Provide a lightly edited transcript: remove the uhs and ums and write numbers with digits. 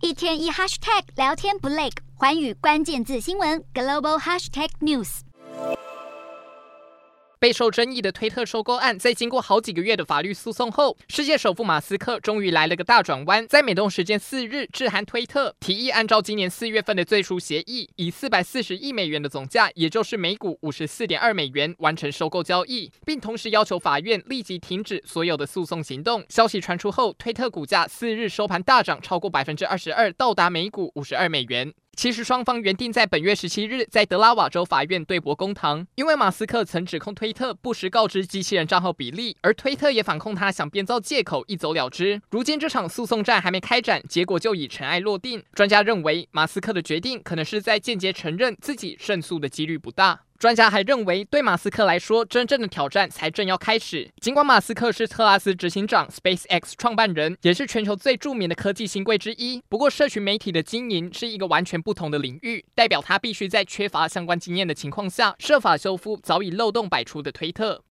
一天一 hashtag 聊天不累，寰宇关键字新闻 global hashtag news。 备受争议的推特收购案，在经过好几个月的法律诉讼后，世界首富马斯克终于来了个大转弯，在美东时间4日致函推特，提议按照今年4月份的最初协议，以440亿美元的总价，也就是每股54.2美元完成收购交易，并同时要求法院立即停止所有的诉讼行动。消息传出后，推特股价4日收盘大涨超过22%，到达每股52美元。其实双方原定在本月17日在德拉瓦州法院对簿公堂，因为马斯克曾指控推特不实告知机器人账号比例，而推特也反控他想编造借口一走了之。如今这场诉讼战还没开展，结果就已尘埃落定。专家认为，马斯克的决定可能是在间接承认自己胜诉的几率不大。专家还认为，对马斯克来说，真正的挑战才正要开始。尽管马斯克是特拉斯执行长、SpaceX 创办人，也是全球最著名的科技新贵之一，不过社群媒体的经营是一个完全不同的领域，代表他必须在缺乏相关经验的情况下，设法修复早已漏洞百出的推特。